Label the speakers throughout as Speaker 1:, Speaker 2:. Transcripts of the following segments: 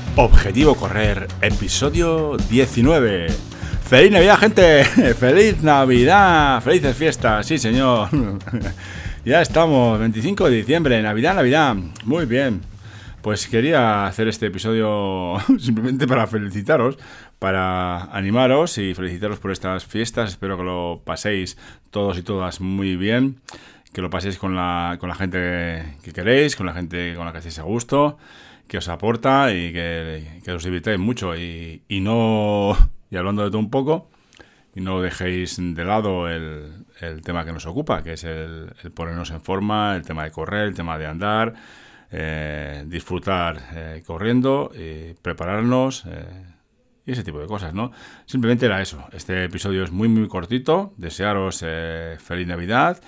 Speaker 1: Objetivo Correr, episodio 19. ¡Feliz Navidad, gente! ¡Feliz Navidad! ¡Felices fiestas! Sí, señor. Ya estamos, 25 de diciembre, Navidad. Muy bien. Pues quería hacer este episodio simplemente para felicitaros, para animaros y felicitaros por estas fiestas. Espero que lo paséis todos y todas muy bien, que lo paséis con la gente que queréis, con la gente con la que estéis a gusto, que os aporta y que os divirtáis mucho y hablando de todo un poco, y no dejéis de lado el tema que nos ocupa, que es el ponernos en forma, el tema de correr, el tema de andar, disfrutar corriendo, prepararnos y ese tipo de cosas, ¿no? Simplemente era eso. Este episodio es muy muy cortito. Desearos feliz Navidad.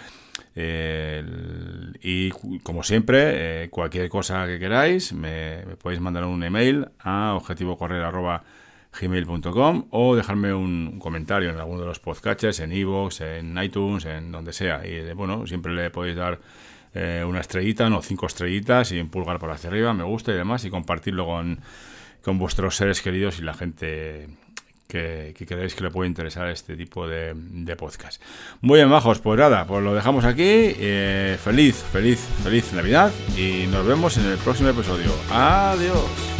Speaker 1: Y como siempre, cualquier cosa que queráis me podéis mandar un email a objetivocorrer@gmail.com o dejarme un comentario en alguno de los podcasts, en iVoox, en iTunes, en donde sea. Y bueno, siempre le podéis dar una estrellita, no 5 estrellitas y un pulgar por hacia arriba, me gusta y demás, y compartirlo con vuestros seres queridos y la gente que creéis que le puede interesar este tipo de podcast. Muy bien, majos, pues nada, pues lo dejamos aquí. Feliz Navidad y nos vemos en el próximo episodio. Adiós.